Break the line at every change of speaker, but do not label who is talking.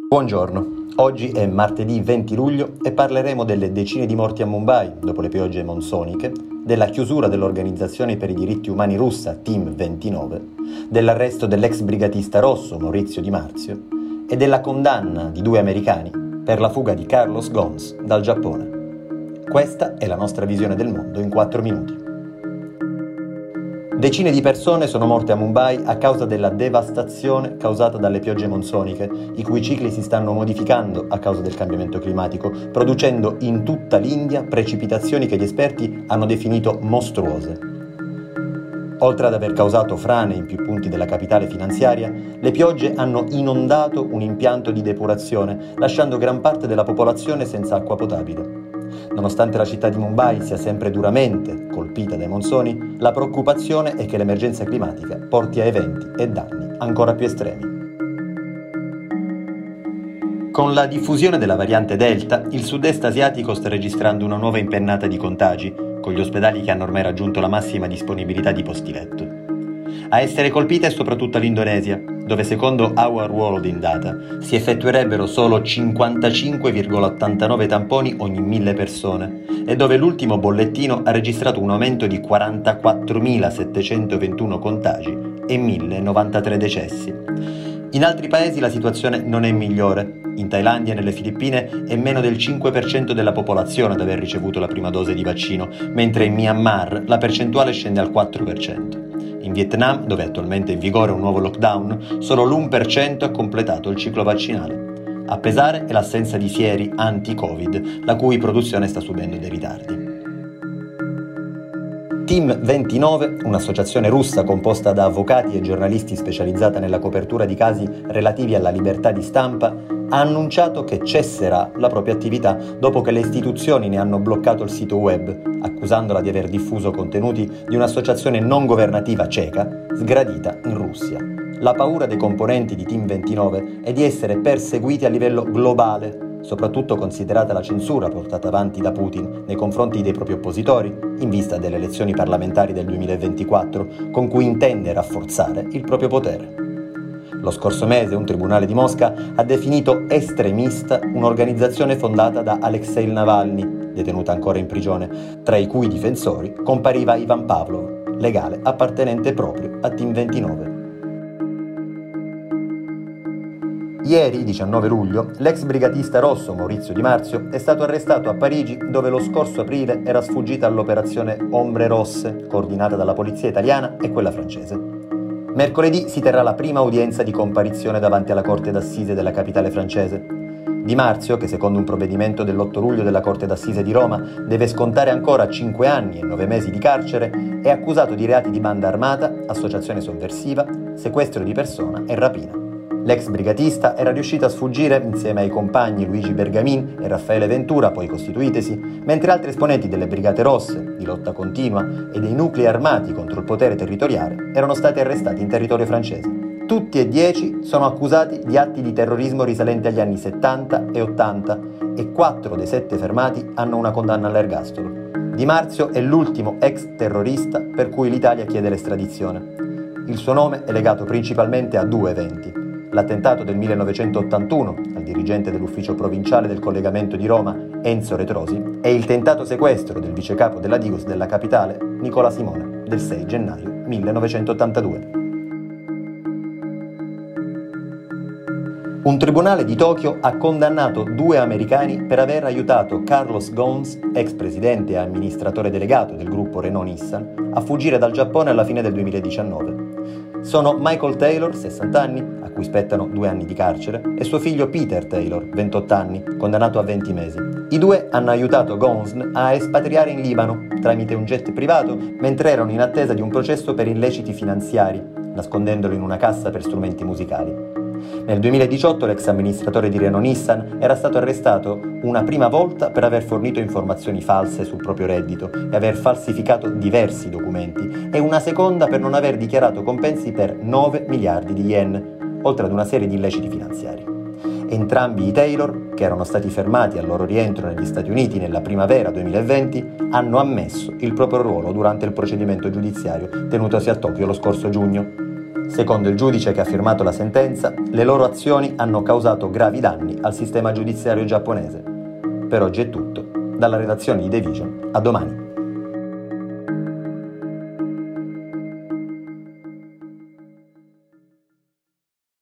Buongiorno, oggi è martedì 20 luglio e parleremo delle decine di morti a Mumbai dopo le piogge monsoniche, della chiusura dell'organizzazione per i diritti umani russa Team 29, dell'arresto dell'ex brigatista rosso Maurizio Di Marzio e della condanna di 2 americani per la fuga di Carlos Ghosn dal Giappone. Questa è la nostra visione del mondo in 4 minuti. Decine di persone sono morte a Mumbai a causa della devastazione causata dalle piogge monsoniche, i cui cicli si stanno modificando a causa del cambiamento climatico, producendo in tutta l'India precipitazioni che gli esperti hanno definito mostruose. Oltre ad aver causato frane in più punti della capitale finanziaria, le piogge hanno inondato un impianto di depurazione, lasciando gran parte della popolazione senza acqua potabile. Nonostante la città di Mumbai sia sempre duramente colpita dai monsoni, la preoccupazione è che l'emergenza climatica porti a eventi e danni ancora più estremi. Con la diffusione della variante Delta, il sud-est asiatico sta registrando una nuova impennata di contagi, con gli ospedali che hanno ormai raggiunto la massima disponibilità di posti letto. A essere colpita è soprattutto l'Indonesia, dove secondo Our World in Data si effettuerebbero solo 55,89 tamponi ogni 1000 persone e dove l'ultimo bollettino ha registrato un aumento di 44.721 contagi e 1.093 decessi. In altri paesi la situazione non è migliore. In Thailandia e nelle Filippine è meno del 5% della popolazione ad aver ricevuto la prima dose di vaccino, mentre in Myanmar la percentuale scende al 4%. In Vietnam, dove attualmente è in vigore un nuovo lockdown, solo l'1% ha completato il ciclo vaccinale. A pesare è l'assenza di sieri anti-Covid, la cui produzione sta subendo dei ritardi. Team 29, un'associazione russa composta da avvocati e giornalisti specializzata nella copertura di casi relativi alla libertà di stampa, ha annunciato che cesserà la propria attività dopo che le istituzioni ne hanno bloccato il sito web, accusandola di aver diffuso contenuti di un'associazione non governativa ceca sgradita in Russia. La paura dei componenti di Team 29 è di essere perseguiti a livello globale, soprattutto considerata la censura portata avanti da Putin nei confronti dei propri oppositori, in vista delle elezioni parlamentari del 2024, con cui intende rafforzare il proprio potere. Lo scorso mese un tribunale di Mosca ha definito estremista un'organizzazione fondata da Alexei Navalny, detenuta ancora in prigione, tra i cui difensori compariva Ivan Pavlov, legale appartenente proprio a Team 29. Ieri, 19 luglio, l'ex brigatista rosso Maurizio Di Marzio è stato arrestato a Parigi, dove lo scorso aprile era sfuggita all'operazione Ombre Rosse, coordinata dalla polizia italiana e quella francese. Mercoledì si terrà la prima udienza di comparizione davanti alla Corte d'Assise della capitale francese. Di Marzio, che secondo un provvedimento dell'8 luglio della Corte d'Assise di Roma deve scontare ancora 5 anni e 9 mesi di carcere, è accusato di reati di banda armata, associazione sovversiva, sequestro di persona e rapina. L'ex brigatista era riuscito a sfuggire insieme ai compagni Luigi Bergamin e Raffaele Ventura, poi costituitesi, mentre altri esponenti delle Brigate Rosse, di lotta continua, e dei nuclei armati contro il potere territoriale erano stati arrestati in territorio francese. Tutti e 10 sono accusati di atti di terrorismo risalenti agli anni 70 e 80 e 4 dei 7 fermati hanno una condanna all'ergastolo. Di Marzio è l'ultimo ex terrorista per cui l'Italia chiede l'estradizione. Il suo nome è legato principalmente a 2 eventi. L'attentato del 1981 al dirigente dell'ufficio provinciale del collegamento di Roma, Enzo Retrosi, e il tentato sequestro del vicecapo della Digos della capitale, Nicola Simone, del 6 gennaio 1982. Un tribunale di Tokyo ha condannato 2 americani per aver aiutato Carlos Ghosn, ex presidente e amministratore delegato del gruppo Renault-Nissan, a fuggire dal Giappone alla fine del 2019. Sono Michael Taylor, 60 anni, a cui spettano 2 anni di carcere, e suo figlio Peter Taylor, 28 anni, condannato a 20 mesi. I 2 hanno aiutato Ghosn a espatriare in Libano tramite un jet privato mentre erano in attesa di un processo per illeciti finanziari, nascondendolo in una cassa per strumenti musicali. Nel 2018 l'ex amministratore di Renault-Nissan era stato arrestato una prima volta per aver fornito informazioni false sul proprio reddito e aver falsificato diversi documenti, e una seconda per non aver dichiarato compensi per 9 miliardi di yen, oltre ad una serie di illeciti finanziari. Entrambi i Taylor, che erano stati fermati al loro rientro negli Stati Uniti nella primavera 2020, hanno ammesso il proprio ruolo durante il procedimento giudiziario tenutosi a Tokyo lo scorso giugno. Secondo il giudice che ha firmato la sentenza, le loro azioni hanno causato gravi danni al sistema giudiziario giapponese. Per oggi è tutto. Dalla redazione di The Vision, a domani.